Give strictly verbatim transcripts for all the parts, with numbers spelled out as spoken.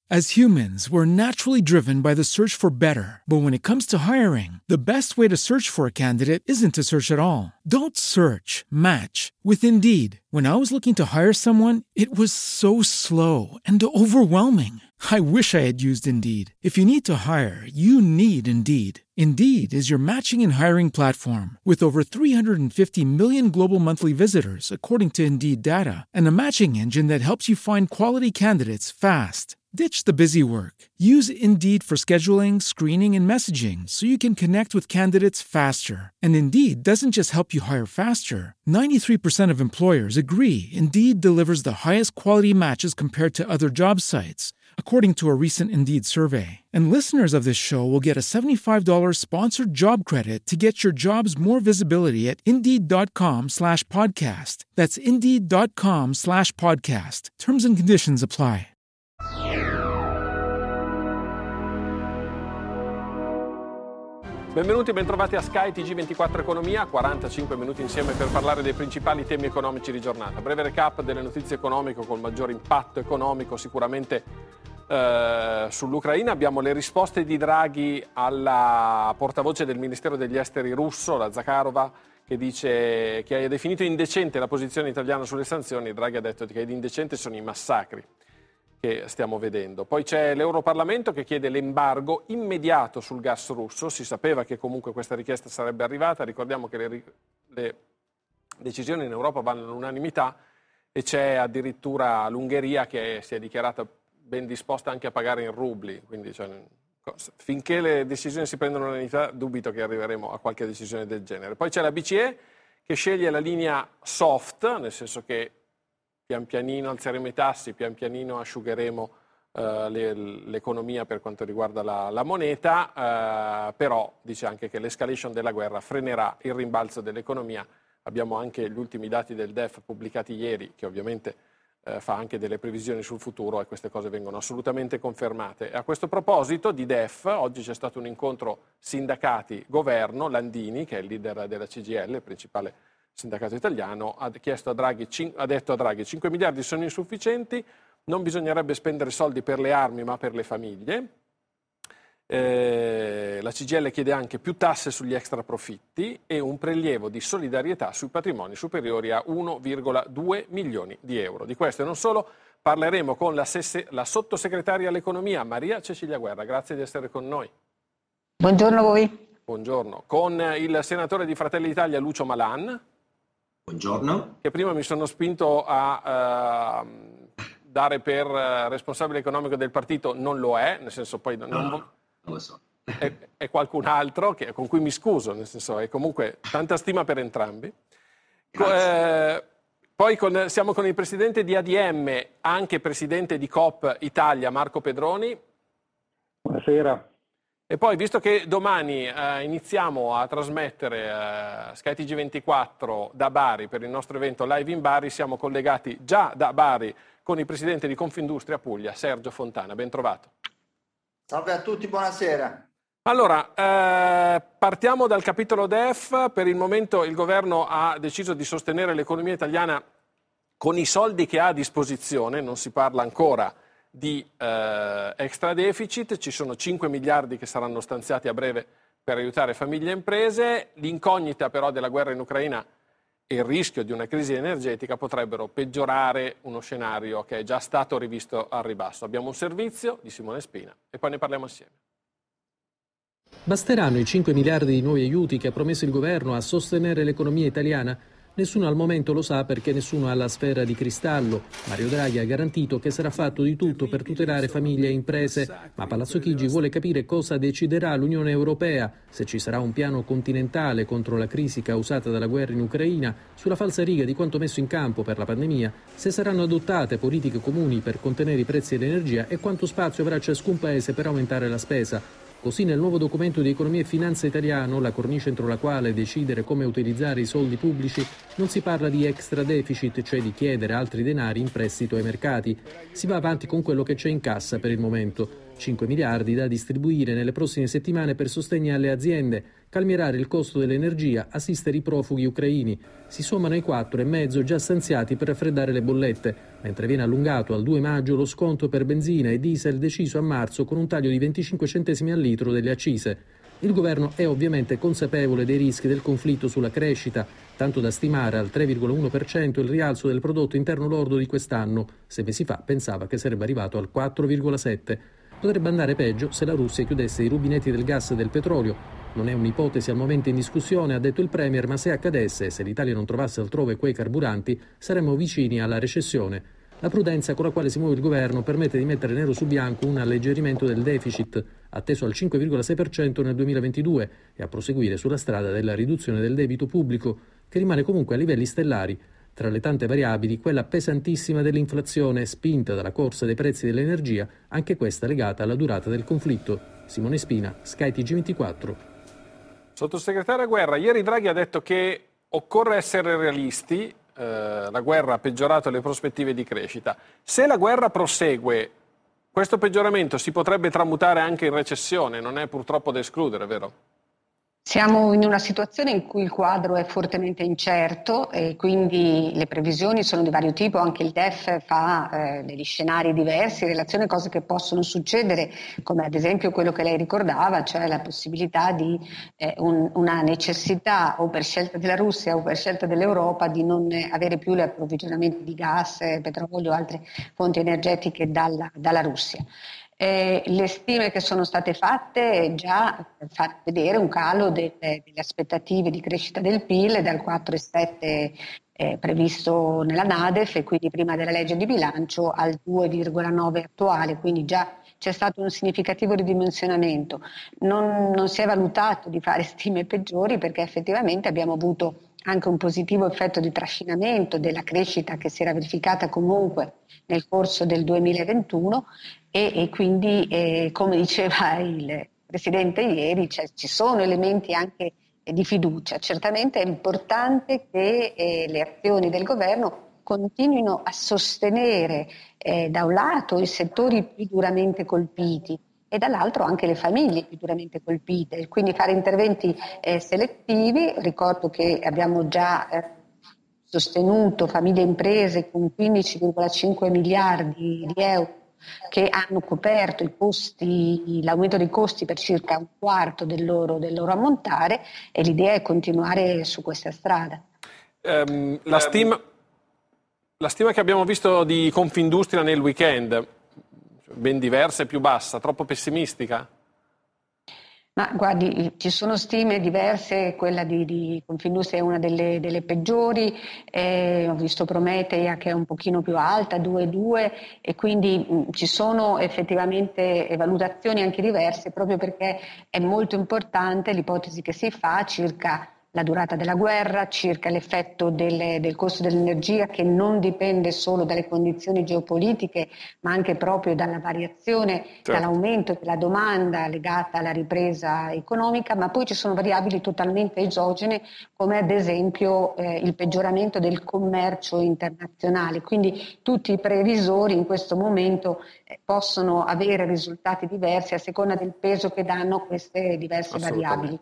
As humans, we're naturally driven by the search for better. But when it comes to hiring, the best way to search for a candidate isn't to search at all. Don't search, match with Indeed. When I was looking to hire someone, it was so slow and overwhelming. I wish I had used Indeed. If you need to hire, you need Indeed. Indeed is your matching and hiring platform with over three hundred fifty million global monthly visitors, according to Indeed data, and a matching engine that helps you find quality candidates fast. Ditch the busy work. Use Indeed for scheduling, screening, and messaging so you can connect with candidates faster. And Indeed doesn't just help you hire faster. ninety-three percent of employers agree Indeed delivers the highest quality matches compared to other job sites, according to a recent Indeed survey. And listeners of this show will get a seventy-five dollars sponsored job credit to get your jobs more visibility at Indeed.com slash podcast. That's Indeed.com slash podcast. Terms and conditions apply. Benvenuti e bentrovati a Sky T G ventiquattro Economia, quarantacinque minuti insieme per parlare dei principali temi economici di giornata. Breve recap delle notizie economiche col maggior impatto economico sicuramente eh, sull'Ucraina. Abbiamo le risposte di Draghi alla portavoce del Ministero degli Esteri russo, la Zakharova, che dice che ha definito indecente la posizione italiana sulle sanzioni. Draghi ha detto che indecente sono i massacri che stiamo vedendo. Poi c'è l'Europarlamento che chiede l'embargo immediato sul gas russo. Si sapeva che comunque questa richiesta sarebbe arrivata. Ricordiamo che le, le decisioni in Europa vanno all'unanimità e c'è addirittura l'Ungheria che si è dichiarata ben disposta anche a pagare in rubli. Quindi cioè, finché le decisioni si prendono all'unanimità dubito che arriveremo a qualche decisione del genere. Poi c'è la B C E che sceglie la linea soft, nel senso che pian pianino alzeremo i tassi, pian pianino asciugheremo uh, le, l'economia per quanto riguarda la, la moneta, uh, però dice anche che l'escalation della guerra frenerà il rimbalzo dell'economia. Abbiamo anche gli ultimi dati del D E F pubblicati ieri, che ovviamente uh, fa anche delle previsioni sul futuro e queste cose vengono assolutamente confermate. E a questo proposito di D E F, oggi c'è stato un incontro sindacati-governo, Landini, che è il leader della C G I L, il principale sindacato italiano, ha chiesto a Draghi, ha detto a Draghi cinque miliardi sono insufficienti, non bisognerebbe spendere soldi per le armi ma per le famiglie. Eh, la C G I L chiede anche più tasse sugli extra profitti e un prelievo di solidarietà sui patrimoni superiori a uno virgola due milioni di euro. Di questo e non solo parleremo con la, sesse, la sottosegretaria all'economia Maria Cecilia Guerra. Grazie di essere con noi. Buongiorno a voi. Buongiorno. Con il senatore di Fratelli d'Italia Lucio Malan. Buongiorno. Che prima mi sono spinto a uh, dare per uh, responsabile economico del partito, non lo è, nel senso poi non, no, non, no, non lo so. È, è qualcun altro che, con cui mi scuso, nel senso è comunque tanta stima per entrambi. Eh, poi con, siamo con il presidente di A D M, anche presidente di Coop Italia, Marco Pedroni. Buonasera. E poi, visto che domani eh, iniziamo a trasmettere eh, Sky T G ventiquattro da Bari per il nostro evento Live in Bari, siamo collegati già da Bari con il presidente di Confindustria Puglia, Sergio Fontana. Ben trovato. Salve a tutti, buonasera. Allora, eh, partiamo dal capitolo D E F. Per il momento il governo ha deciso di sostenere l'economia italiana con i soldi che ha a disposizione, non si parla ancora di eh, extra deficit, ci sono cinque miliardi che saranno stanziati a breve per aiutare famiglie e imprese. L'incognita però della guerra in Ucraina e il rischio di una crisi energetica potrebbero peggiorare uno scenario che è già stato rivisto al ribasso. Abbiamo un servizio di Simone Spina e poi ne parliamo assieme. Basteranno i cinque miliardi di nuovi aiuti che ha promesso il governo a sostenere l'economia italiana? Nessuno al momento lo sa perché nessuno ha la sfera di cristallo. Mario Draghi ha garantito che sarà fatto di tutto per tutelare famiglie e imprese, ma Palazzo Chigi vuole capire cosa deciderà l'Unione Europea, se ci sarà un piano continentale contro la crisi causata dalla guerra in Ucraina, sulla falsariga di quanto messo in campo per la pandemia, se saranno adottate politiche comuni per contenere i prezzi dell'energia e quanto spazio avrà ciascun paese per aumentare la spesa. Così nel nuovo documento di economia e finanza italiano, la cornice entro la quale decidere come utilizzare i soldi pubblici, non si parla di extra deficit, cioè di chiedere altri denari in prestito ai mercati. Si va avanti con quello che c'è in cassa per il momento. cinque miliardi da distribuire nelle prossime settimane per sostegno alle aziende, calmierare il costo dell'energia, assistere i profughi ucraini. Si sommano ai quattro e mezzo già stanziati per raffreddare le bollette, mentre viene allungato al due maggio lo sconto per benzina e diesel deciso a marzo con un taglio di venticinque centesimi al litro delle accise. Il governo è ovviamente consapevole dei rischi del conflitto sulla crescita, tanto da stimare al tre virgola uno per cento il rialzo del prodotto interno lordo di quest'anno. Sei mesi fa pensava che sarebbe arrivato al quattro virgola sette. Potrebbe andare peggio se la Russia chiudesse i rubinetti del gas e del petrolio. Non è un'ipotesi al momento in discussione, ha detto il Premier, ma se accadesse e se l'Italia non trovasse altrove quei carburanti, saremmo vicini alla recessione. La prudenza con la quale si muove il governo permette di mettere nero su bianco un alleggerimento del deficit, atteso al cinque virgola sei per cento nel duemilaventidue, e a proseguire sulla strada della riduzione del debito pubblico, che rimane comunque a livelli stellari. Tra le tante variabili, quella pesantissima dell'inflazione, spinta dalla corsa dei prezzi dell'energia, anche questa legata alla durata del conflitto. Simone Spina, Sky T G ventiquattro. Sottosegretario Guerra, ieri Draghi ha detto che occorre essere realisti. Uh, la guerra ha peggiorato le prospettive di crescita. Se la guerra prosegue, questo peggioramento si potrebbe tramutare anche in recessione, non è purtroppo da escludere, vero? Siamo in una situazione in cui il quadro è fortemente incerto e quindi le previsioni sono di vario tipo, anche il D E F fa eh, degli scenari diversi in relazione a cose che possono succedere, come ad esempio quello che lei ricordava, cioè la possibilità di eh, un, una necessità o per scelta della Russia o per scelta dell'Europa di non avere più l'approvvigionamento di gas, petrolio o altre fonti energetiche dalla, dalla Russia. Eh, le stime che sono state fatte già fanno vedere un calo delle, delle aspettative di crescita del P I L dal quattro virgola sette eh, previsto nella NADEF e quindi prima della legge di bilancio al due virgola nove attuale, quindi già c'è stato un significativo ridimensionamento. Non, non si è valutato di fare stime peggiori perché effettivamente abbiamo avuto anche un positivo effetto di trascinamento della crescita che si era verificata comunque nel corso del duemilaventuno e, e quindi, eh, come diceva il Presidente ieri, cioè, ci sono elementi anche eh, di fiducia. Certamente è importante che eh, le azioni del governo continuino a sostenere eh, da un lato i settori più duramente colpiti e dall'altro anche le famiglie più duramente colpite, quindi fare interventi eh, selettivi. Ricordo che abbiamo già eh, sostenuto famiglie e imprese con quindici virgola cinque miliardi di euro che hanno coperto i costi, l'aumento dei costi per circa un quarto del loro, del loro ammontare e l'idea è continuare su questa strada. Um, la, stima, la stima che abbiamo visto di Confindustria nel weekend, ben diversa e più bassa, troppo pessimistica? Ma guardi, ci sono stime diverse, quella di, di Confindustria è una delle, delle peggiori, eh, ho visto Prometeia che è un pochino più alta, due virgola due, e quindi mh, ci sono effettivamente valutazioni anche diverse proprio perché è molto importante l'ipotesi che si fa circa la durata della guerra, circa l'effetto del, del costo dell'energia che non dipende solo dalle condizioni geopolitiche ma anche proprio dalla variazione, certo. dall'aumento della domanda legata alla ripresa economica, ma poi ci sono variabili totalmente esogene come ad esempio eh, il peggioramento del commercio internazionale, quindi tutti i previsori in questo momento eh, possono avere risultati diversi a seconda del peso che danno queste diverse variabili.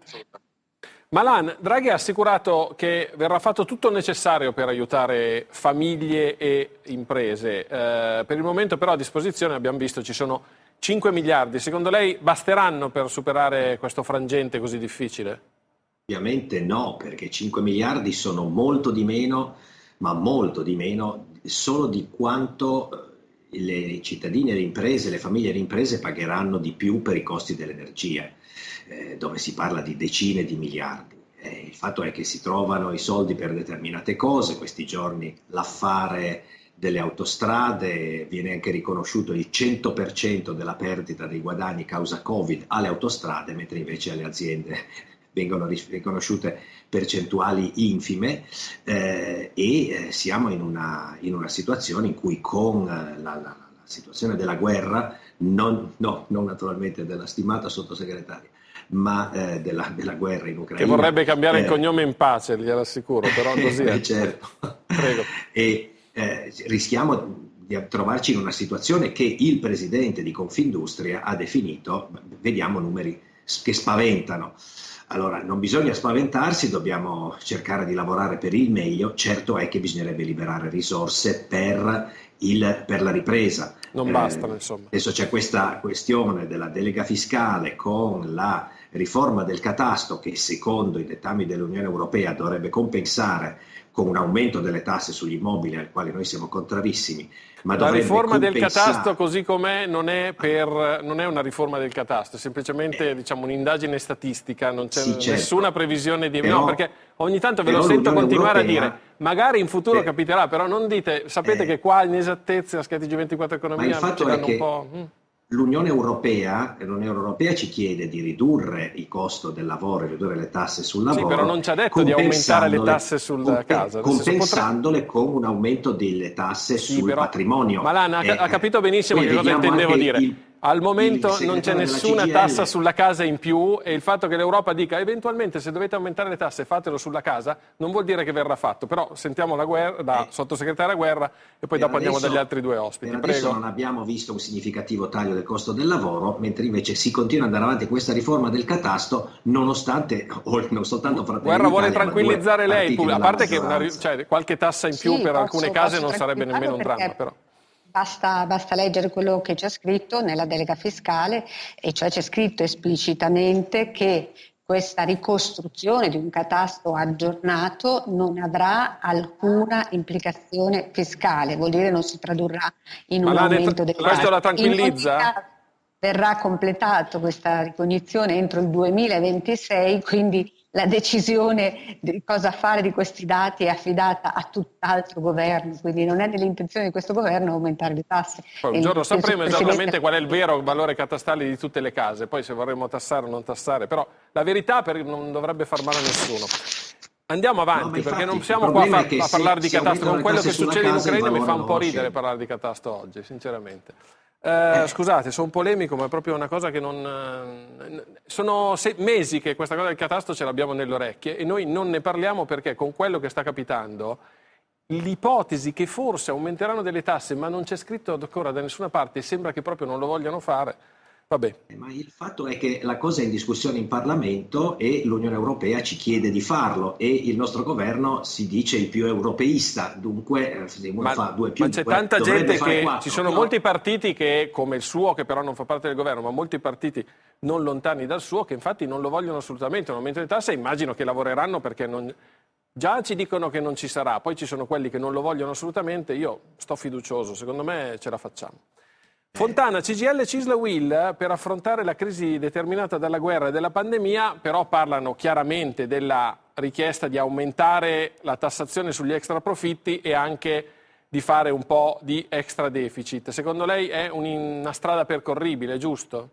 Malan, Draghi ha assicurato che verrà fatto tutto il necessario per aiutare famiglie e imprese. Eh, per il momento però a disposizione, abbiamo visto, ci sono cinque miliardi. Secondo lei basteranno per superare questo frangente così difficile? Ovviamente no, perché cinque miliardi sono molto di meno, ma molto di meno solo di quanto le cittadine e le imprese, le famiglie e le imprese pagheranno di più per i costi dell'energia. Eh, dove si parla di decine di miliardi. Eh, il fatto è che si trovano i soldi per determinate cose, questi giorni l'affare delle autostrade, viene anche riconosciuto il cento per cento della perdita dei guadagni causa Covid alle autostrade, mentre invece alle aziende vengono riconosciute percentuali infime eh, e eh, siamo in una, in una situazione in cui con la, la, la situazione della guerra, non, no, non naturalmente della stimata sottosegretaria, ma eh, della, della guerra in Ucraina. Che vorrebbe cambiare eh, il cognome in pace, glielo assicuro, però così è. Certo. Prego. E eh, rischiamo di trovarci in una situazione che il presidente di Confindustria ha definito, vediamo numeri che spaventano. Allora, non bisogna spaventarsi, dobbiamo cercare di lavorare per il meglio. Certo è che bisognerebbe liberare risorse per, il, per la ripresa. Non eh, bastano, insomma. Adesso c'è questa questione della delega fiscale con la riforma del catasto che, secondo i dettami dell'Unione Europea, dovrebbe compensare con un aumento delle tasse sugli immobili, al quale noi siamo contrarissimi. Ma la riforma compensare... del catasto così com'è non è, per, non è una riforma del catasto, è semplicemente eh, diciamo, un'indagine statistica, non c'è sì, certo. nessuna previsione di... Però, no, perché ogni tanto ve lo sento continuare Europea, a dire, magari in futuro eh, capiterà, però non dite, sapete eh, che qua inesattezze a Sky G ventiquattro Economia ci danno un po'... Mm. L'Unione Europea, L'Unione Europea ci chiede di ridurre il costo del lavoro, ridurre le tasse sul lavoro. Sì, però non ci ha detto di aumentare le tasse sulla comp- casa. Compensandole potrà... con un aumento delle tasse sì, sul però... patrimonio. Malana eh, ha capito benissimo che cosa intendevo dire. Il... Al momento non c'è nessuna tassa sulla casa in più e il fatto che l'Europa dica eventualmente se dovete aumentare le tasse fatelo sulla casa non vuol dire che verrà fatto, però sentiamo la guerra, da eh. sottosegretaria Guerra e poi per dopo adesso, andiamo dagli altri due ospiti. Per Prego. Adesso non abbiamo visto un significativo taglio del costo del lavoro, mentre invece si continua ad andare avanti questa riforma del catasto nonostante, o non soltanto Fratelli Guerra vuole Italia, tranquillizzare lei, a parte che una, maggioranza. cioè, qualche tassa in più sì, per posso, alcune case non sarebbe nemmeno un dramma, però. Basta, basta leggere quello che c'è scritto nella delega fiscale, e cioè c'è scritto esplicitamente che questa ricostruzione di un catasto aggiornato non avrà alcuna implicazione fiscale, vuol dire non si tradurrà in Ma un aumento det- delle tasse. la tranquillizza? Verrà completato questa ricognizione entro il duemilaventisei, quindi la decisione di cosa fare di questi dati è affidata a tutt'altro governo, quindi non è nell'intenzione di questo governo aumentare le tasse. Poi un giorno sapremo esattamente qual è il vero valore catastale di tutte le case, poi se vorremmo tassare o non tassare, però la verità per, non dovrebbe far male a nessuno. Andiamo avanti, no, infatti, perché non siamo qua a, far, a parlare di catasto, con quello che succede in Ucraina mi fa un po' ridere parlare di catasto oggi, sinceramente. Eh, eh. Scusate, sono polemico, ma è proprio una cosa che non... Eh, sono sei mesi che questa cosa del catasto ce l'abbiamo nelle orecchie e noi non ne parliamo perché con quello che sta capitando, l'ipotesi che forse aumenteranno delle tasse, ma non c'è scritto ancora da nessuna parte e sembra che proprio non lo vogliano fare, vabbè. Ma il fatto è che la cosa è in discussione in Parlamento e l'Unione Europea ci chiede di farlo e il nostro governo si dice il più europeista, dunque se uno ma, fa due più ma c'è due, tanta gente che quattro, ci sono no? molti partiti che come il suo, che però non fa parte del governo, ma molti partiti non lontani dal suo che infatti non lo vogliono assolutamente un aumento di tasse, immagino che lavoreranno perché non... già ci dicono che non ci sarà, poi ci sono quelli che non lo vogliono assolutamente, io sto fiducioso, secondo me ce la facciamo. Fontana, C G I L, Cisl, U I L per affrontare la crisi determinata dalla guerra e dalla pandemia, però parlano chiaramente della richiesta di aumentare la tassazione sugli extra profitti e anche di fare un po' di extra deficit. Secondo lei è una strada percorribile, giusto?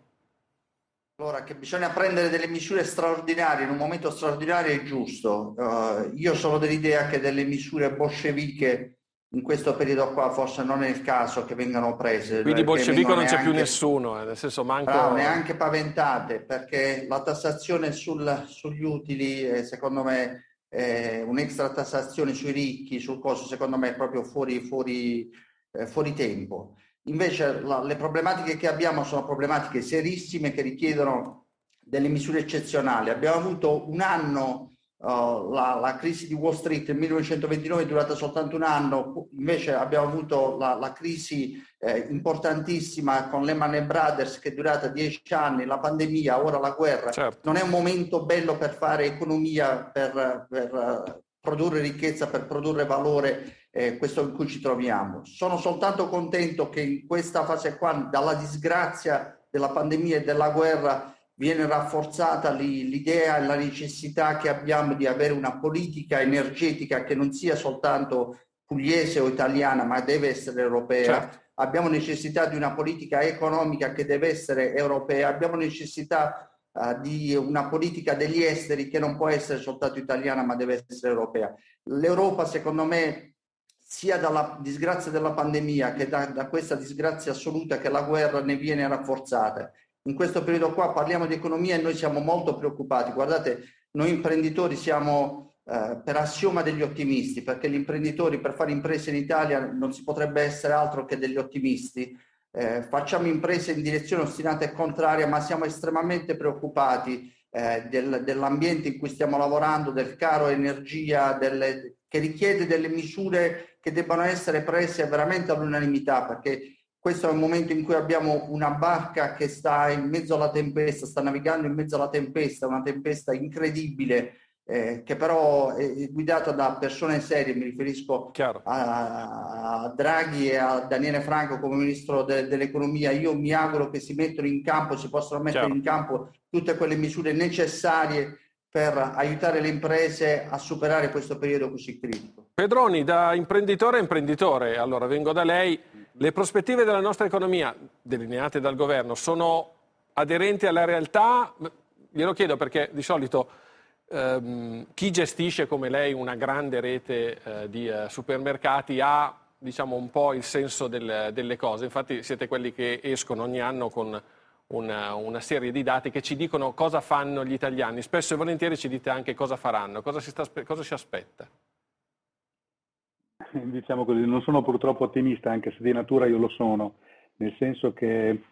Allora, che bisogna prendere delle misure straordinarie in un momento straordinario è giusto. Uh, io sono dell'idea che delle misure bolsceviche in questo periodo qua forse non è il caso che vengano prese. Quindi bolscevico non c'è neanche, più nessuno, eh, nel senso manco... Bravo, neanche paventate, perché la tassazione sul, sugli utili, eh, secondo me, eh, un'extra tassazione sui ricchi, sul costo, secondo me è proprio fuori, fuori, eh, fuori tempo. Invece la, le problematiche che abbiamo sono problematiche serissime che richiedono delle misure eccezionali. Abbiamo avuto un anno... Uh, la, la crisi di Wall Street nel millenovecentoventinove è durata soltanto un anno, invece abbiamo avuto la, la crisi eh, importantissima con Lehman Brothers che è durata dieci anni, la pandemia, ora la guerra. Certo. Non è un momento bello per fare economia, per, per uh, produrre ricchezza, per produrre valore, eh, questo in cui ci troviamo. Sono soltanto contento che in questa fase qua, dalla disgrazia della pandemia e della guerra, viene rafforzata l'idea e la necessità che abbiamo di avere una politica energetica che non sia soltanto pugliese o italiana, ma deve essere europea. Certo. Abbiamo necessità di una politica economica che deve essere europea. Abbiamo necessità uh, di una politica degli esteri che non può essere soltanto italiana, ma deve essere europea. L'Europa, secondo me, sia dalla disgrazia della pandemia che da, da questa disgrazia assoluta che la guerra, ne viene rafforzata. In questo periodo qua parliamo di economia e noi siamo molto preoccupati. Guardate, noi imprenditori siamo eh, per assioma degli ottimisti, perché gli imprenditori per fare imprese in Italia non si potrebbe essere altro che degli ottimisti. Eh, facciamo imprese in direzione ostinata e contraria, ma siamo estremamente preoccupati eh, del, dell'ambiente in cui stiamo lavorando, del caro energia, delle, che richiede delle misure che debbano essere prese veramente all'unanimità, perché questo è un momento in cui abbiamo una barca che sta in mezzo alla tempesta, sta navigando in mezzo alla tempesta, una tempesta incredibile, eh, che però è guidata da persone serie. Mi riferisco a, a Draghi e a Daniele Franco come ministro de, dell'economia. Io mi auguro che si mettano in campo, si possano mettere Chiaro. in campo tutte quelle misure necessarie per aiutare le imprese a superare questo periodo così critico. Pedroni, da imprenditore a imprenditore, allora vengo da lei. Le prospettive della nostra economia, delineate dal governo, sono aderenti alla realtà? Glielo chiedo perché di solito ehm, chi gestisce come lei una grande rete eh, di eh, supermercati ha, diciamo, un po' il senso del, delle cose. Infatti siete quelli che escono ogni anno con una, una serie di dati che ci dicono cosa fanno gli italiani. Spesso e volentieri ci dite anche cosa faranno, cosa si, sta, cosa si aspetta. Diciamo così, non sono purtroppo ottimista, anche se di natura io lo sono, nel senso che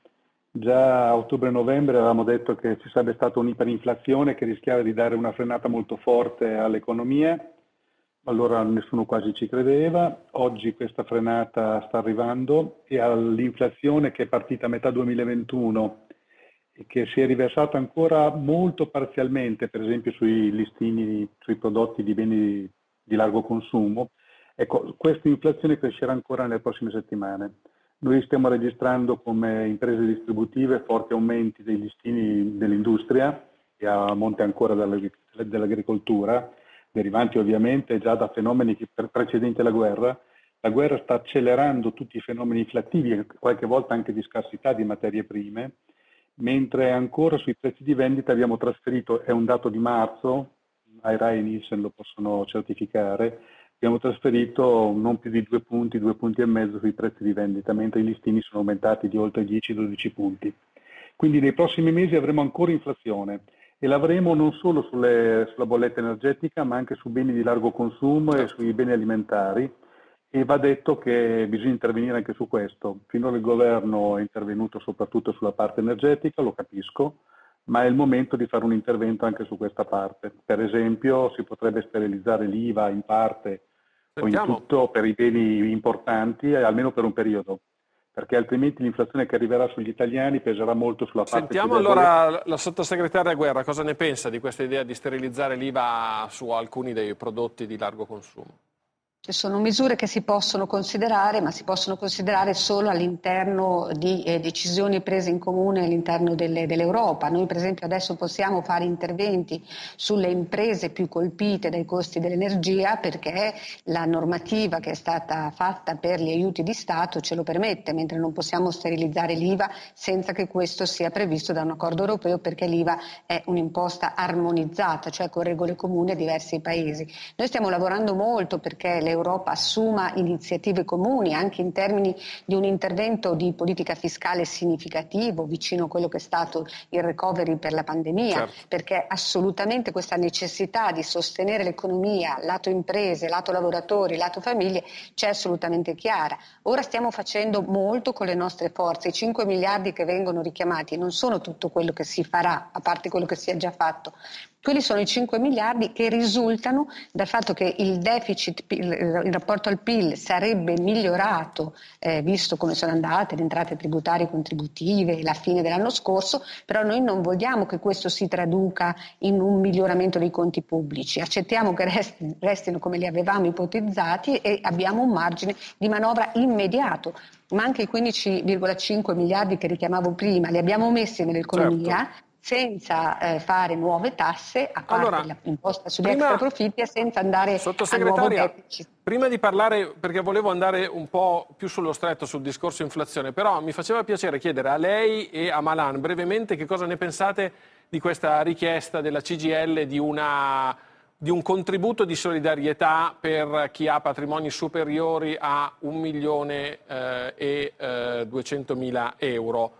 già a ottobre-novembre avevamo detto che ci sarebbe stata un'iperinflazione che rischiava di dare una frenata molto forte all'economia, allora nessuno quasi ci credeva. Oggi questa frenata sta arrivando e all'inflazione che è partita a metà duemilaventuno e che si è riversata ancora molto parzialmente, per esempio sui listini, sui prodotti di beni di largo consumo. Ecco, questa inflazione crescerà ancora nelle prossime settimane. Noi stiamo registrando come imprese distributive forti aumenti dei listini dell'industria e a monte ancora dell'agricoltura, derivanti ovviamente già da fenomeni precedenti alla guerra. La guerra sta accelerando tutti i fenomeni inflattivi e qualche volta anche di scarsità di materie prime, mentre ancora sui prezzi di vendita abbiamo trasferito, è un dato di marzo, AIRA e Nielsen lo possono certificare, abbiamo trasferito non più di due punti, due punti e mezzo sui prezzi di vendita, mentre i listini sono aumentati di oltre dieci dodici punti. Quindi nei prossimi mesi avremo ancora inflazione e l'avremo non solo sulle, sulla bolletta energetica, ma anche su beni di largo consumo e sui beni alimentari. E va detto che bisogna intervenire anche su questo. Finora il governo è intervenuto soprattutto sulla parte energetica, lo capisco, ma è il momento di fare un intervento anche su questa parte. Per esempio si potrebbe sterilizzare l'I V A in parte o in tutto per i beni importanti, almeno per un periodo, perché altrimenti l'inflazione che arriverà sugli italiani peserà molto sulla parte. Sentiamo allora la sottosegretaria Guerra cosa ne pensa di questa idea di sterilizzare l'I V A su alcuni dei prodotti di largo consumo. Ci sono misure che si possono considerare, ma si possono considerare solo all'interno di eh, decisioni prese in comune all'interno delle, dell'Europa. Noi per esempio adesso possiamo fare interventi sulle imprese più colpite dai costi dell'energia perché la normativa che è stata fatta per gli aiuti di Stato ce lo permette, mentre non possiamo sterilizzare l'I V A senza che questo sia previsto da un accordo europeo, perché l'I V A è un'imposta armonizzata, cioè con regole comuni a diversi paesi. Noi stiamo lavorando molto perché l'Europa assuma iniziative comuni anche in termini di un intervento di politica fiscale significativo vicino a quello che è stato il recovery per la pandemia, certo. Perché assolutamente questa necessità di sostenere l'economia, lato imprese, lato lavoratori, lato famiglie, c'è assolutamente chiara. Ora stiamo facendo molto con le nostre forze, i cinque miliardi che vengono richiamati non sono tutto quello che si farà, a parte quello che si è già fatto. Quelli sono i cinque miliardi che risultano dal fatto che il deficit, il rapporto al P I L sarebbe migliorato, eh, visto come sono andate le entrate tributarie contributive, la fine dell'anno scorso, però noi non vogliamo che questo si traduca in un miglioramento dei conti pubblici. Accettiamo che resti, restino come li avevamo ipotizzati e abbiamo un margine di manovra immediato. Ma anche i quindici virgola cinque miliardi che richiamavo prima li abbiamo messi nell'economia, certo. Senza eh, fare nuove tasse, a parte allora, l'imposta sugli extra profitti, e senza andare a nuovo deficit. Prima di parlare, perché volevo andare un po' più sullo stretto sul discorso inflazione, però mi faceva piacere chiedere a lei e a Malan brevemente che cosa ne pensate di questa richiesta della C G I L di una... di un contributo di solidarietà per chi ha patrimoni superiori a un milione eh, e eh, duecentomila euro.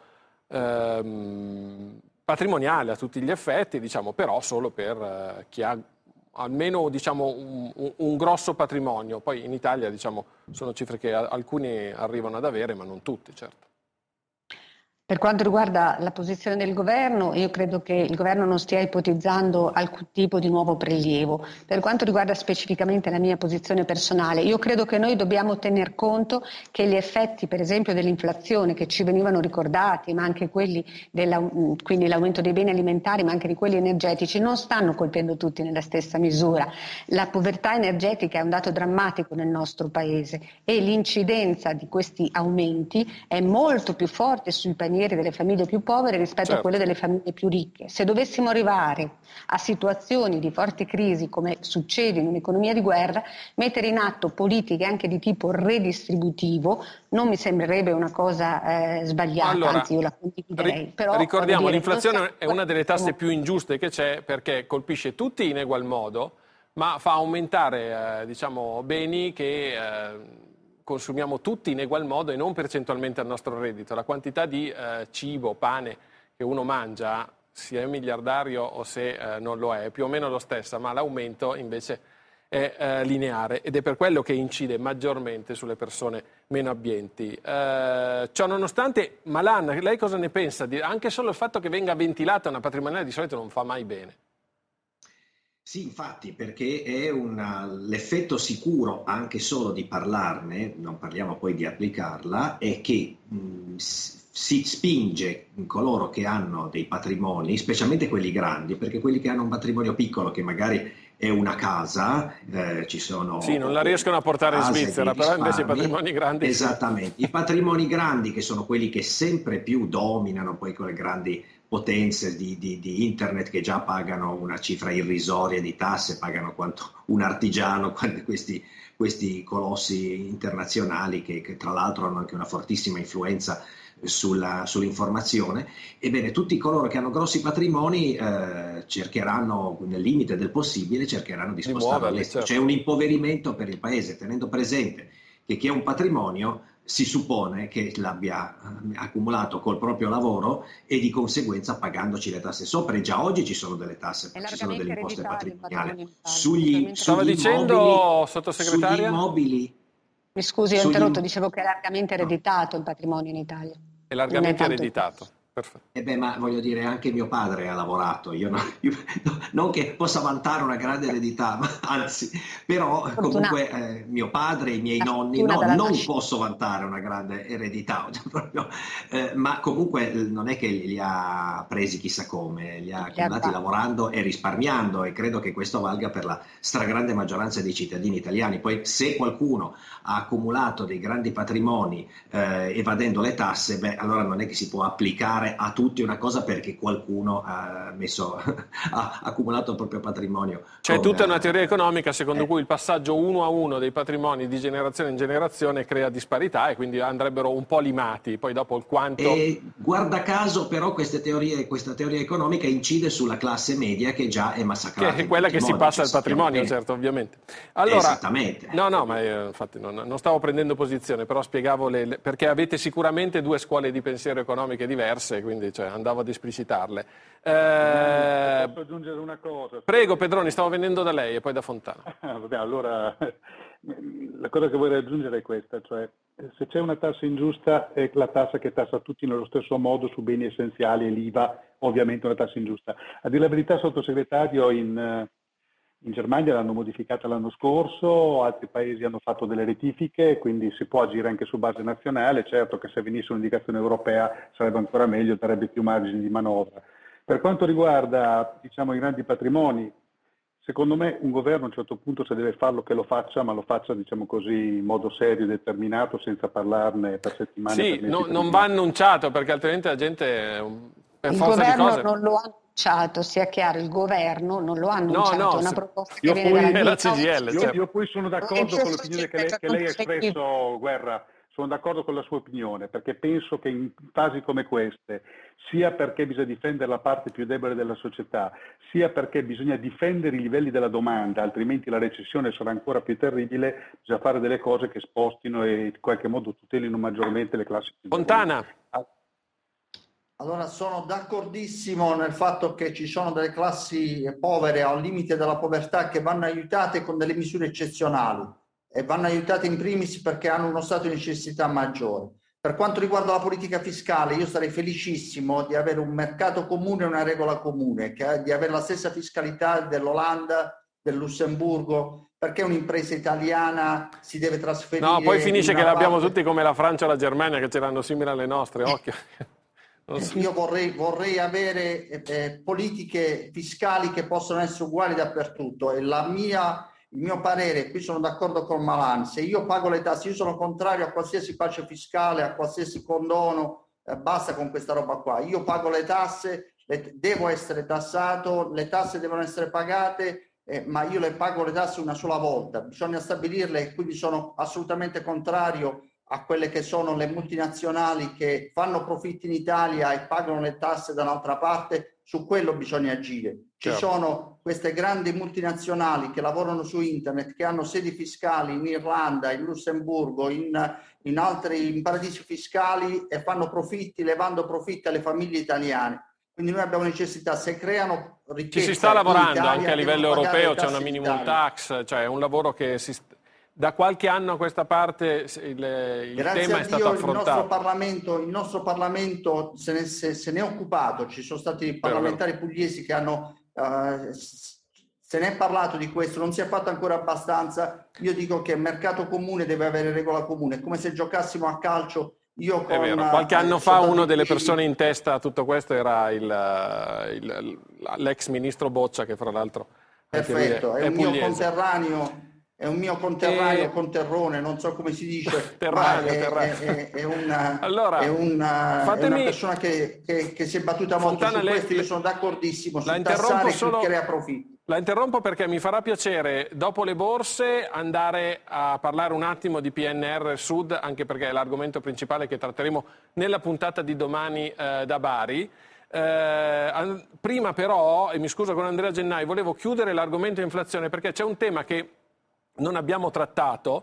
Ehm, patrimoniale a tutti gli effetti, diciamo, però solo per eh, chi ha almeno diciamo, un, un, un grosso patrimonio. Poi in Italia diciamo, sono cifre che alcuni arrivano ad avere, ma non tutti, certo. Per quanto riguarda la posizione del governo, io credo che il governo non stia ipotizzando alcun tipo di nuovo prelievo. Per quanto riguarda specificamente la mia posizione personale, io credo che noi dobbiamo tener conto che gli effetti, per esempio, dell'inflazione che ci venivano ricordati, ma anche quelli della, quindi l'aumento dei beni alimentari, ma anche di quelli energetici, non stanno colpendo tutti nella stessa misura. La povertà energetica è un dato drammatico nel nostro paese e l'incidenza di questi aumenti è molto più forte sui panieri delle famiglie più povere rispetto certo. a quelle delle famiglie più ricche. Se dovessimo arrivare a situazioni di forte crisi, come succede in un'economia di guerra, mettere in atto politiche anche di tipo redistributivo non mi sembrerebbe una cosa eh, sbagliata, allora, anzi io la condividerei. Ri- Però, ricordiamo, dire, l'inflazione è una delle tasse più ingiuste che c'è perché colpisce tutti in egual modo, ma fa aumentare eh, diciamo, beni che... Eh, consumiamo tutti in egual modo e non percentualmente al nostro reddito. La quantità di eh, cibo, pane che uno mangia, sia miliardario o se eh, non lo è, è più o meno lo stesso, ma l'aumento invece è eh, lineare ed è per quello che incide maggiormente sulle persone meno abbienti. Eh, ciò nonostante, Malan, lei cosa ne pensa? Di, anche solo il fatto che venga ventilata una patrimoniale di solito non fa mai bene. Sì, infatti, perché è una, l'effetto sicuro anche solo di parlarne, non parliamo poi di applicarla, è che mh, si spinge coloro che hanno dei patrimoni, specialmente quelli grandi, perché quelli che hanno un patrimonio piccolo, che magari è una casa, eh, ci sono... Sì, non la riescono a portare in Svizzera, però invece i patrimoni grandi... Esattamente, i patrimoni grandi che sono quelli che sempre più dominano poi con le grandi potenze di, di, di internet che già pagano una cifra irrisoria di tasse, pagano quanto un artigiano, questi, questi colossi internazionali che, che tra l'altro hanno anche una fortissima influenza sulla, sull'informazione. Ebbene, tutti coloro che hanno grossi patrimoni eh, cercheranno, nel limite del possibile, cercheranno di spostarlo all'estero. Certo. C'è un impoverimento per il paese, tenendo presente che chi ha un patrimonio si suppone che l'abbia accumulato col proprio lavoro e di conseguenza pagandoci le tasse sopra. E già oggi ci sono delle tasse, ci sono delle imposte patrimoniali. Sugli, Stava sugli dicendo, immobili, sottosegretaria? Sugli immobili. Mi scusi, ho interrotto, Sugli... dicevo che è largamente ereditato il patrimonio in Italia. È largamente ereditato. Perfetto. E beh, ma voglio dire, anche mio padre ha lavorato, io, no, io no, non che possa vantare una grande eredità, ma anzi, però Fortuna. comunque eh, mio padre e i miei La nonni, no, non nascita. posso vantare una grande eredità, proprio, eh, ma comunque non è che li ha presi chissà come, li ha accumulati lavorando e risparmiando, e credo che questo valga per la stragrande maggioranza dei cittadini italiani. Poi se qualcuno ha accumulato dei grandi patrimoni eh, evadendo le tasse, beh, allora non è che si può applicare a tutti una cosa perché qualcuno ha messo ha accumulato il proprio patrimonio. C'è con, tutta una teoria economica secondo eh, cui il passaggio uno a uno dei patrimoni di generazione in generazione crea disparità e quindi andrebbero un po' limati, poi dopo il quanto... E guarda caso però queste teorie, questa teoria economica incide sulla classe media che già è massacrata. Che è quella che si passa al patrimonio, certo, ovviamente. Allora, Esattamente. No, no, ma io, infatti non, non stavo prendendo posizione, però spiegavo le, le, perché avete sicuramente due scuole di pensiero economiche diverse, quindi cioè, andavo ad esplicitarle. Eh, Posso aggiungere una cosa? Prego Pedroni, stavo venendo da lei e poi da Fontana. Ah, vabbè, allora la cosa che vorrei aggiungere è questa, cioè se c'è una tassa ingiusta è la tassa che tassa tutti nello stesso modo su beni essenziali e l'I V A ovviamente è una tassa ingiusta. A dire la verità, sottosegretario, in, in Germania l'hanno modificata l'anno scorso, altri paesi hanno fatto delle rettifiche, quindi si può agire anche su base nazionale. Certo che se venisse un'indicazione europea sarebbe ancora meglio, darebbe più margini di manovra. Per quanto riguarda, diciamo, i grandi patrimoni, secondo me un governo a un certo punto, se deve farlo, che lo faccia, ma lo faccia, diciamo così, in modo serio e determinato, senza parlarne per settimane. Sì, per no, per non va annunciato, perché altrimenti la gente, per il forza di cose... non lo ha annunciato, sia chiaro, il governo non lo ha annunciato, no, no, è una se... proposta io che viene poi, dalla la C G I L, io, certo. io poi sono d'accordo con l'opinione che lei, che lei ha espresso, Guerra. Sono d'accordo con la sua opinione, perché penso che in fasi come queste, sia perché bisogna difendere la parte più debole della società, sia perché bisogna difendere i livelli della domanda, altrimenti la recessione sarà ancora più terribile, bisogna fare delle cose che spostino e in qualche modo tutelino maggiormente le classi più deboli. Fontana. Allora sono d'accordissimo nel fatto che ci sono delle classi povere al limite della povertà che vanno aiutate con delle misure eccezionali. E vanno aiutate in primis perché hanno uno stato di necessità maggiore. Per quanto riguarda la politica fiscale, io sarei felicissimo di avere un mercato comune e una regola comune, che, di avere la stessa fiscalità dell'Olanda, del Lussemburgo, perché un'impresa italiana si deve trasferire... No, poi finisce che l'abbiamo parte... tutti come la Francia o la Germania, che ce l'hanno simili alle nostre, occhio. So. Io vorrei, vorrei avere eh, politiche fiscali che possono essere uguali dappertutto e la mia... Il mio parere, qui sono d'accordo con Malan, se io pago le tasse, io sono contrario a qualsiasi pace fiscale, a qualsiasi condono, eh, basta con questa roba qua. Io pago le tasse, le, devo essere tassato, le tasse devono essere pagate, eh, ma io le pago le tasse una sola volta. Bisogna stabilirle e quindi sono assolutamente contrario a quelle che sono le multinazionali che fanno profitti in Italia e pagano le tasse da un'altra parte. Su quello bisogna agire. Ci certo. sono queste grandi multinazionali che lavorano su internet, che hanno sedi fiscali in Irlanda, in Lussemburgo, in, in altri in paradisi fiscali e fanno profitti, levando profitti alle famiglie italiane. Quindi noi abbiamo necessità, se creano ricchezza... Ci si sta lavorando Italia, anche a livello europeo, c'è una minimum tax, cioè è un lavoro che si... Da qualche anno a questa parte il, il tema è stato Dio, affrontato. Il nostro Parlamento, il nostro Parlamento se, ne, se, se ne è occupato, ci sono stati parlamentari pugliesi che hanno, uh, se ne è parlato di questo, non si è fatto ancora abbastanza. Io dico che il mercato comune deve avere regola comune, è come se giocassimo a calcio. Io con, è vero, qualche anno eh, fa una delle persone in testa a tutto questo era il, il, l'ex ministro Boccia, che fra l'altro... Perfetto, è, è un pugliese. mio conterraneo... È un mio conterraneo, e... conterrone, non so come si dice, terraneo, ma è, terraneo. è, è, una, allora, è, una, fatemi... è una persona che, che, che si è battuta molto Fontana, su questo, lei... io sono d'accordissimo, su tassare solo... chi crea profitti. La interrompo perché mi farà piacere, dopo le borse, andare a parlare un attimo di P N R Sud, anche perché è l'argomento principale che tratteremo nella puntata di domani eh, da Bari. Eh, prima però, e mi scuso con Andrea Gennai, volevo chiudere l'argomento inflazione perché c'è un tema che non abbiamo trattato.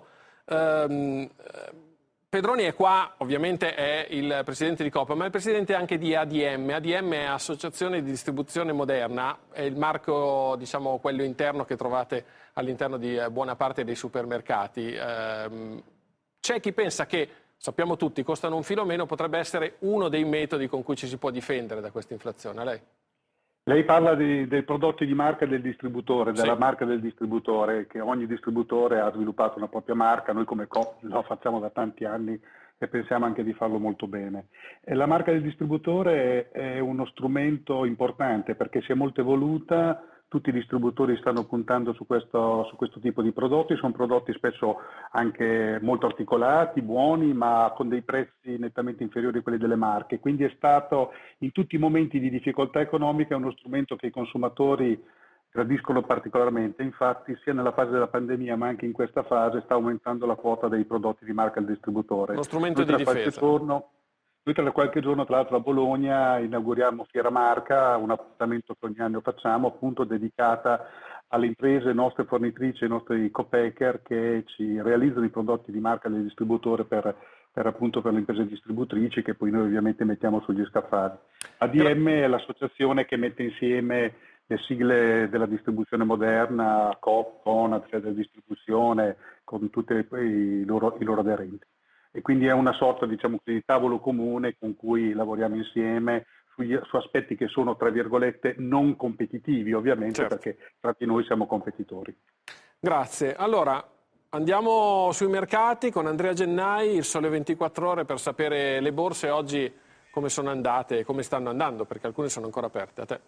Um, Pedroni è qua, ovviamente è il presidente di Coop, ma è il presidente anche di A D M. A D M è Associazione di Distribuzione Moderna, è il marco, diciamo, quello interno che trovate all'interno di buona parte dei supermercati. Um, c'è chi pensa che, sappiamo tutti, costano un filo meno, potrebbe essere uno dei metodi con cui ci si può difendere da questa inflazione. A lei? Lei parla di, dei prodotti di marca del distributore, della sì. marca del distributore, che ogni distributore ha sviluppato una propria marca, noi come Coop lo facciamo da tanti anni e pensiamo anche di farlo molto bene. E la marca del distributore è, è uno strumento importante perché si è molto evoluta, tutti i distributori stanno puntando su questo, su questo tipo di prodotti, sono prodotti spesso anche molto articolati, buoni, ma con dei prezzi nettamente inferiori a quelli delle marche. Quindi è stato, in tutti i momenti di difficoltà economica, uno strumento che i consumatori gradiscono particolarmente. Infatti sia nella fase della pandemia ma anche in questa fase sta aumentando la quota dei prodotti di marca del distributore. Uno strumento di difesa. Giorno, Noi tra qualche giorno, tra l'altro a Bologna, inauguriamo Fiera Marca, un appuntamento che ogni anno facciamo, appunto dedicata alle imprese, nostre fornitrici, ai nostri co-packer che ci realizzano i prodotti di marca del distributore per, per appunto per le imprese distributrici che poi noi ovviamente mettiamo sugli scaffali. A D M è l'associazione che mette insieme le sigle della distribuzione moderna, Coop, Conad, Fede Distribuzione, con tutti i loro, i loro aderenti. E quindi è una sorta, diciamo così, di tavolo comune con cui lavoriamo insieme sugli, su aspetti che sono, tra virgolette, non competitivi, ovviamente, certo. Perché tra di noi siamo competitori. Grazie. Allora, andiamo sui mercati con Andrea Gennai, il Sole ventiquattro Ore, per sapere le borse oggi come sono andate e come stanno andando, perché alcune sono ancora aperte. A te.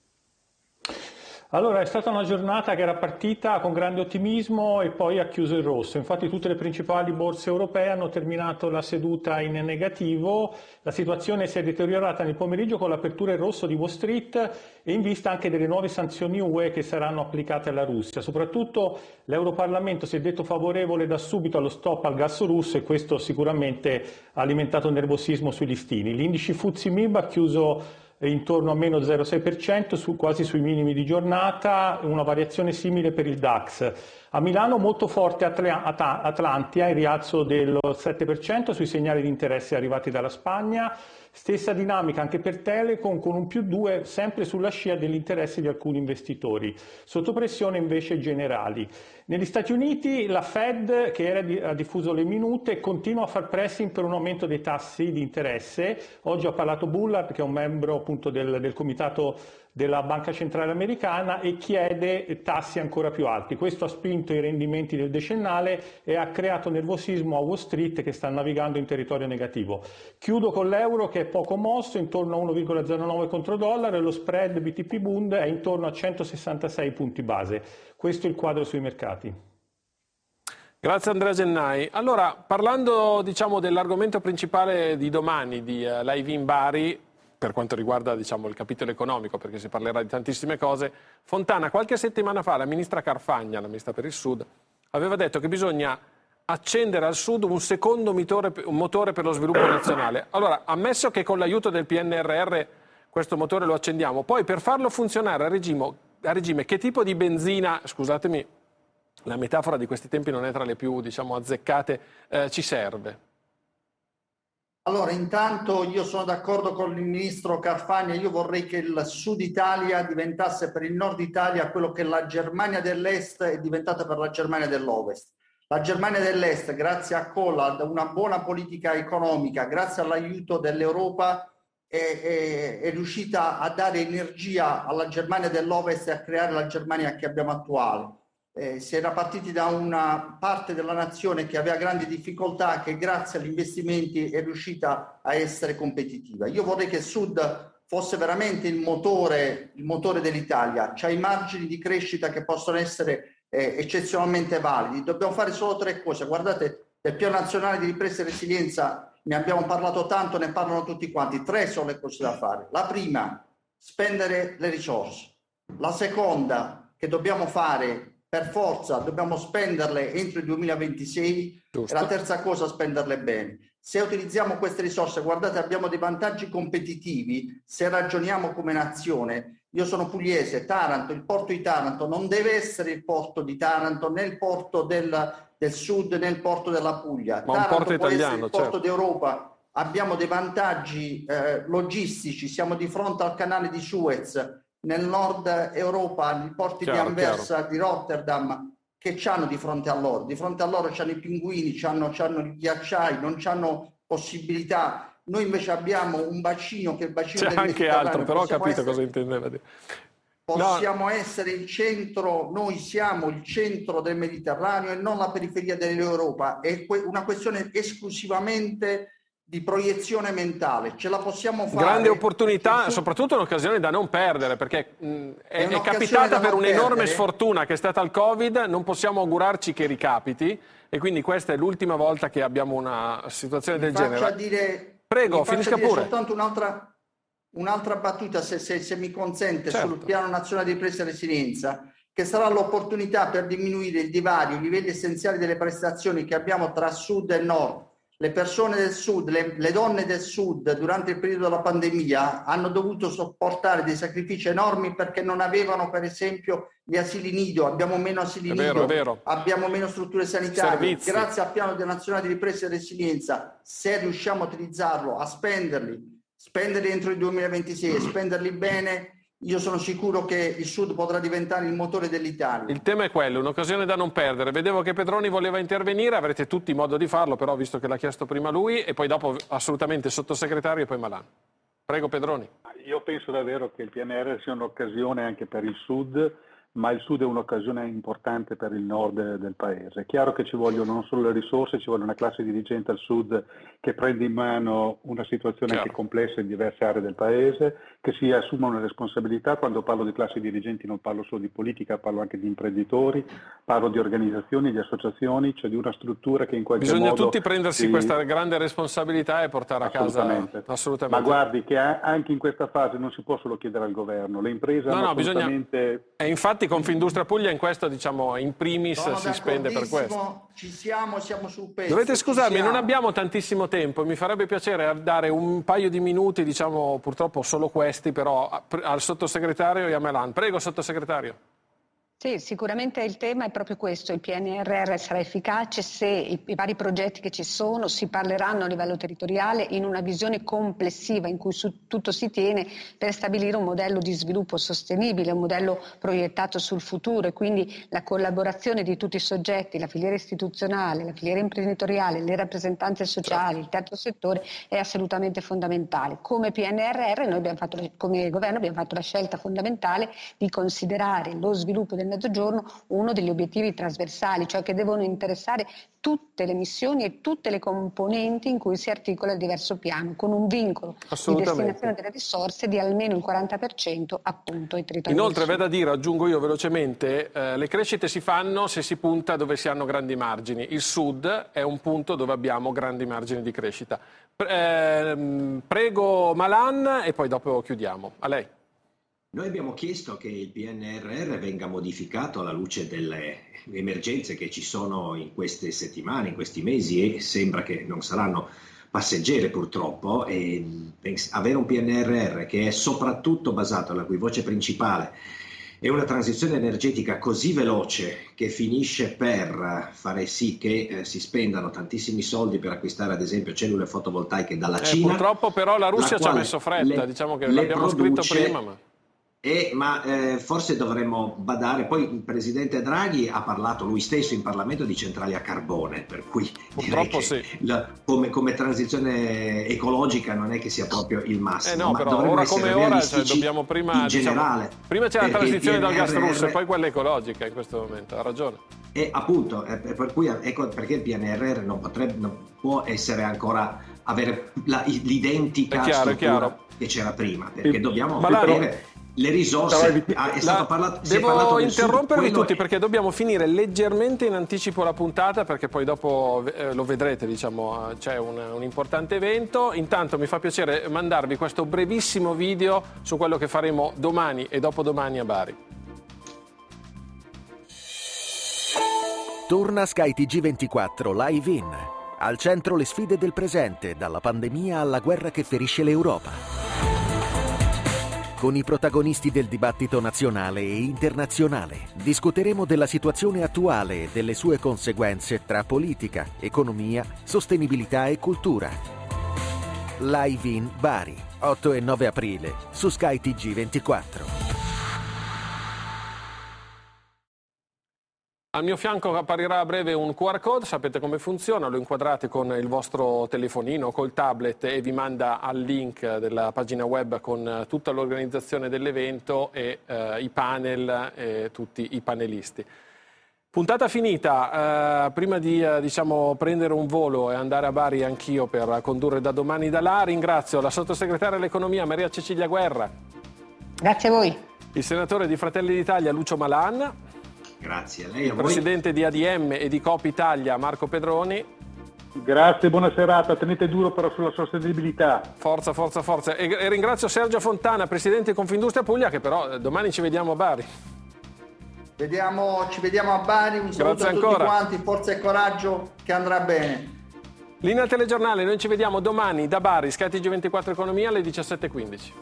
Allora, è stata una giornata che era partita con grande ottimismo e poi ha chiuso in rosso. Infatti tutte le principali borse europee hanno terminato la seduta in negativo. La situazione si è deteriorata nel pomeriggio con l'apertura in rosso di Wall Street e in vista anche delle nuove sanzioni U E che saranno applicate alla Russia. Soprattutto l'Europarlamento si è detto favorevole da subito allo stop al gas russo e questo sicuramente ha alimentato il nervosismo sui listini. L'indice F T S E M I B ha chiuso intorno a meno zero virgola sei per cento, su, quasi sui minimi di giornata, una variazione simile per il DAX. A Milano molto forte Atlantia, in rialzo del sette per cento sui segnali di interesse arrivati dalla Spagna. Stessa dinamica anche per Telecom, con un più due sempre sulla scia degli interessi di alcuni investitori. Sotto pressione invece generali. Negli Stati Uniti la Fed, che era, ha diffuso le minute, continua a far pressing per un aumento dei tassi di interesse. Oggi ha parlato Bullard, che è un membro appunto del, del comitato della Banca Centrale Americana, e chiede tassi ancora più alti. Questo ha spinto i rendimenti del decennale e ha creato nervosismo a Wall Street, che sta navigando in territorio negativo. Chiudo con l'euro, che è poco mosso, intorno a uno virgola zero nove contro dollaro, e lo spread B T P Bund è intorno a centosessantasei punti base. Questo è il quadro sui mercati. Grazie Andrea Gennai. Allora, parlando diciamo, dell'argomento principale di domani di uh, Live in Bari, per quanto riguarda diciamo, il capitolo economico, perché si parlerà di tantissime cose, Fontana qualche settimana fa, la ministra Carfagna, la ministra per il Sud, aveva detto che bisogna accendere al Sud un secondo motore, un motore per lo sviluppo nazionale. Allora, ammesso che con l'aiuto del P N R R questo motore lo accendiamo, poi per farlo funzionare a regime, a regime che tipo di benzina, scusatemi, la metafora di questi tempi non è tra le più diciamo, azzeccate, eh, ci serve? Allora, intanto io sono d'accordo con il ministro Carfagna, io vorrei che il Sud Italia diventasse per il Nord Italia quello che la Germania dell'Est è diventata per la Germania dell'Ovest. La Germania dell'Est, grazie a Kohl, ad una buona politica economica, grazie all'aiuto dell'Europa, è, è, è riuscita a dare energia alla Germania dell'Ovest e a creare la Germania che abbiamo attuale. Eh, si era partiti da una parte della nazione che aveva grandi difficoltà, che grazie agli investimenti è riuscita a essere competitiva. Io vorrei che il Sud fosse veramente il motore, il motore dell'Italia. C'ha i margini di crescita che possono essere eh, eccezionalmente validi. Dobbiamo fare solo tre cose. Guardate, del Piano Nazionale di Ripresa e Resilienza ne abbiamo parlato tanto, ne parlano tutti quanti. Tre sono le cose da fare. La prima, spendere le risorse. La seconda, che dobbiamo fare per forza, dobbiamo spenderle entro il duemilaventisei. Giusto. E la terza cosa, spenderle bene. Se utilizziamo queste risorse, guardate, abbiamo dei vantaggi competitivi se ragioniamo come nazione. Io sono pugliese, Taranto, il porto di Taranto non deve essere il porto di Taranto, né il porto del, del sud, né il porto della Puglia. Ma Taranto un porto può italiano, essere il porto certo. d'Europa. Abbiamo dei vantaggi eh, logistici, siamo di fronte al canale di Suez. Nel nord Europa, i porti chiaro, di Anversa, chiaro. Di Rotterdam, che c'hanno di fronte a loro? Di fronte a loro c'hanno i pinguini, c'hanno, c'hanno i ghiacciai, non c'hanno possibilità. Noi invece abbiamo un bacino che è il bacino C'è del anche altro, però ho capito essere, cosa intendeva dire. Possiamo no. essere il centro, noi siamo il centro del Mediterraneo e non la periferia dell'Europa. È una questione esclusivamente di proiezione mentale, ce la possiamo fare. Grande opportunità, soprattutto un'occasione da non perdere, perché mh, è, è, è capitata per un'enorme perdere. sfortuna che è stata il Covid, non possiamo augurarci che ricapiti e quindi questa è l'ultima volta che abbiamo una situazione mi del genere. Dire, Prego, finisca dire pure. Soltanto un'altra, un'altra battuta, se, se, se mi consente, certo. Sul Piano Nazionale di Ripresa e Resilienza, che sarà l'opportunità per diminuire il divario, i livelli essenziali delle prestazioni che abbiamo tra Sud e Nord. Le persone del Sud, le, le donne del Sud durante il periodo della pandemia hanno dovuto sopportare dei sacrifici enormi perché non avevano per esempio gli asili nido, abbiamo meno asili è nido, vero, è vero. Abbiamo meno strutture sanitarie. Servizi. Grazie al Piano Nazionale di Ripresa e Resilienza, se riusciamo a utilizzarlo, a spenderli, spenderli entro il duemilaventisei, spenderli bene, io sono sicuro che il Sud potrà diventare il motore dell'Italia. Il tema è quello, un'occasione da non perdere. Vedevo che Pedroni voleva intervenire, avrete tutti modo di farlo, però visto che l'ha chiesto prima lui e poi dopo assolutamente il sottosegretario e poi Malan. Prego Pedroni. Io penso davvero che il P N R R sia un'occasione anche per il Sud, ma il Sud è un'occasione importante per il Nord del Paese. È chiaro che ci vogliono non solo le risorse, ci vuole una classe dirigente al Sud che prende in mano una situazione Chiaro. anche complessa in diverse aree del Paese, che si assuma una responsabilità. Quando parlo di classi dirigenti non parlo solo di politica, parlo anche di imprenditori, parlo di organizzazioni, di associazioni, cioè di una struttura che in qualche Bisogna modo... Bisogna tutti prendersi si... questa grande responsabilità e portare a assolutamente. casa... Assolutamente. Ma guardi che anche in questa fase non si può solo chiedere al governo, le imprese no, hanno no, assolutamente... Bisogna... E infatti Confindustria Puglia in questo, diciamo, in primis Sono si spende per questo. Ci siamo, siamo sul pezzo. Dovete scusarmi, non abbiamo tantissimo tempo, mi farebbe piacere dare un paio di minuti, diciamo, purtroppo solo questi, però al sottosegretario e a Malan. Prego, sottosegretario. Sì, sicuramente il tema è proprio questo, il P N R R sarà efficace se i, i vari progetti che ci sono si parleranno a livello territoriale in una visione complessiva in cui su, tutto si tiene per stabilire un modello di sviluppo sostenibile, un modello proiettato sul futuro, e quindi la collaborazione di tutti i soggetti, la filiera istituzionale, la filiera imprenditoriale, le rappresentanze sociali, il terzo settore è assolutamente fondamentale. Come P N R R noi abbiamo fatto, come governo abbiamo fatto la scelta fondamentale di considerare lo sviluppo del Mezzogiorno uno degli obiettivi trasversali, cioè che devono interessare tutte le missioni e tutte le componenti in cui si articola il diverso piano, con un vincolo di destinazione delle risorse di almeno il quaranta per cento appunto ai territori. Inoltre, v'è da dire, aggiungo io velocemente, eh, le crescite si fanno se si punta dove si hanno grandi margini. Il Sud è un punto dove abbiamo grandi margini di crescita. Pre- eh, prego Malan e poi dopo chiudiamo. A lei. Noi abbiamo chiesto che il P N R R venga modificato alla luce delle emergenze che ci sono in queste settimane, in questi mesi, e sembra che non saranno passeggere purtroppo, e avere un P N R R che è soprattutto basato, la cui voce principale è una transizione energetica così veloce che finisce per fare sì che eh, si spendano tantissimi soldi per acquistare ad esempio cellule fotovoltaiche dalla eh, Cina. Purtroppo però la Russia ci ha messo fretta, le, diciamo che l'abbiamo produce, scritto prima. Ma... E, ma eh, forse dovremmo badare, poi il presidente Draghi ha parlato lui stesso in Parlamento di centrali a carbone, per cui purtroppo direi sì. che la, come, come transizione ecologica non è che sia proprio il massimo. Eh no, ma però ora come ora cioè, dobbiamo prima in generale. Diciamo, prima c'è la transizione dal gas russo e poi quella ecologica in questo momento, ha ragione. E appunto, eh, per cui ecco perché il P N R R non potrebbe, non può essere ancora avere la, l'identica è chiaro, struttura è chiaro. che c'era prima, perché sì. dobbiamo Malano, avere le risorse. Ah, è stato la, parlato, devo parlato interrompervi sud, tutti è... perché dobbiamo finire leggermente in anticipo la puntata, perché poi dopo eh, lo vedrete, diciamo, c'è un, un importante evento. Intanto mi fa piacere mandarvi questo brevissimo video su quello che faremo domani e dopodomani a Bari. Torna Sky T G ventiquattro Live In. Al centro le sfide del presente, dalla pandemia alla guerra che ferisce l'Europa. Con i protagonisti del dibattito nazionale e internazionale discuteremo della situazione attuale e delle sue conseguenze tra politica, economia, sostenibilità e cultura. Live In Bari, otto e nove aprile, su Sky T G ventiquattro. Al mio fianco apparirà a breve un Q R code, sapete come funziona, lo inquadrate con il vostro telefonino, col tablet, e vi manda al link della pagina web con tutta l'organizzazione dell'evento e eh, i panel e tutti i panelisti. Puntata finita, eh, prima di eh, diciamo, prendere un volo e andare a Bari anch'io per condurre da domani da là, ringrazio la sottosegretaria all'economia Maria Cecilia Guerra. Grazie a voi. Il senatore di Fratelli d'Italia Lucio Malan. Grazie a lei. Il presidente di A D M e di Coop Italia Marco Pedroni. Grazie, buona serata, tenete duro però sulla sostenibilità. Forza, forza, forza. E, e ringrazio Sergio Fontana, presidente di Confindustria Puglia, che però domani ci vediamo a Bari. Vediamo, ci vediamo a Bari, un saluto a tutti quanti, forza e coraggio che andrà bene. Linea Telegiornale, noi ci vediamo domani da Bari, Sky T G ventiquattro Economia alle diciassette e quindici.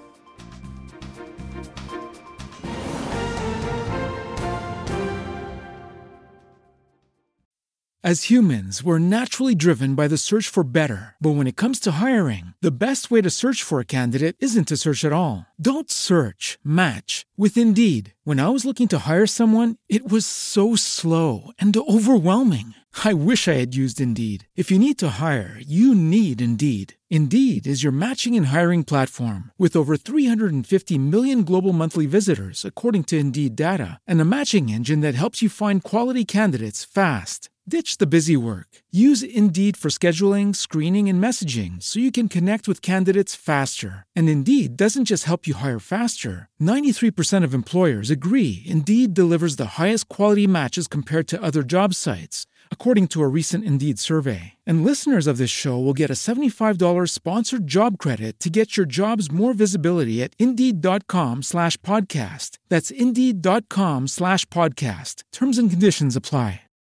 As humans, we're naturally driven by the search for better. But when it comes to hiring, the best way to search for a candidate isn't to search at all. Don't search, match with Indeed. When I was looking to hire someone, it was so slow and overwhelming. I wish I had used Indeed. If you need to hire, you need Indeed. Indeed is your matching and hiring platform with over three hundred fifty million global monthly visitors, according to Indeed data, and a matching engine that helps you find quality candidates fast. Ditch the busy work. Use Indeed for scheduling, screening, and messaging so you can connect with candidates faster. And Indeed doesn't just help you hire faster. ninety-three percent of employers agree Indeed delivers the highest quality matches compared to other job sites, according to a recent Indeed survey. And listeners of this show will get a seventy-five dollars sponsored job credit to get your jobs more visibility at Indeed.com slash podcast. That's Indeed.com slash podcast. Terms and conditions apply.